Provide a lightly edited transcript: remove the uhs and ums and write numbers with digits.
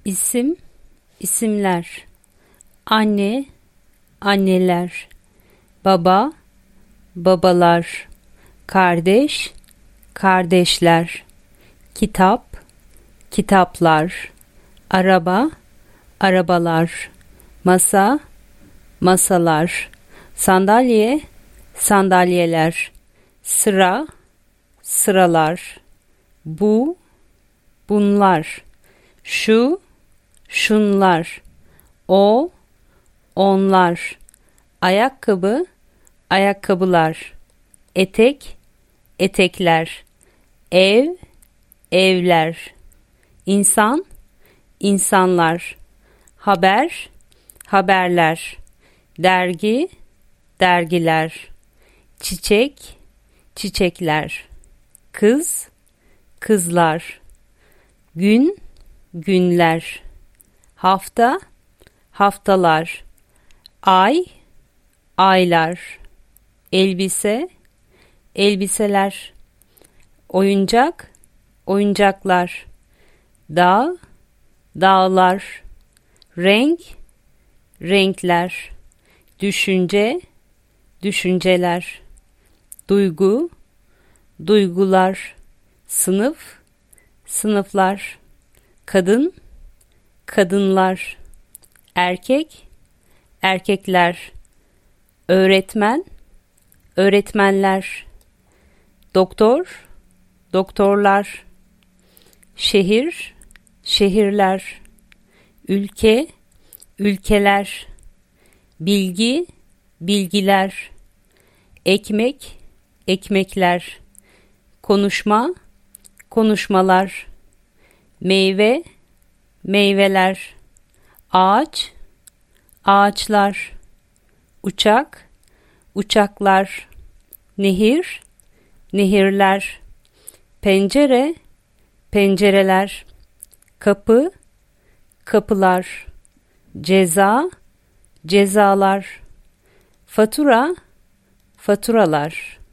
İsim, isimler. Anne, anneler. Baba, babalar. Kardeş, kardeşler. Kitap, kitaplar. Araba, arabalar. Masa, masalar. Sandalye, sandalyeler. Sıra, sıralar. Bu, bunlar. Şu, şunlar. O, onlar. Ayakkabı, ayakkabılar. Etek, etekler. Ev, evler. İnsan, insanlar. Haber, haberler. Dergi, dergiler. Çiçek, çiçekler. Kız, kızlar. Gün, günler. Hafta, haftalar. Ay, aylar. Elbise, elbiseler. Oyuncak, oyuncaklar. Dağ, dağlar. Renk, renkler. Düşünce, düşünceler. Duygu, duygular. Sınıf, sınıflar. Kadın, kadınlar. Erkek, erkekler. Öğretmen, öğretmenler. Doktor, doktorlar. Şehir, şehirler. Ülke, ülkeler. Bilgi, bilgiler. Ekmek, ekmekler. Konuşma, konuşmalar. Meyve, meyveler. Ağaç, ağaçlar. Uçak, uçaklar. Nehir, nehirler. Pencere, pencereler. Kapı, kapılar. Ceza, cezalar. Fatura, faturalar.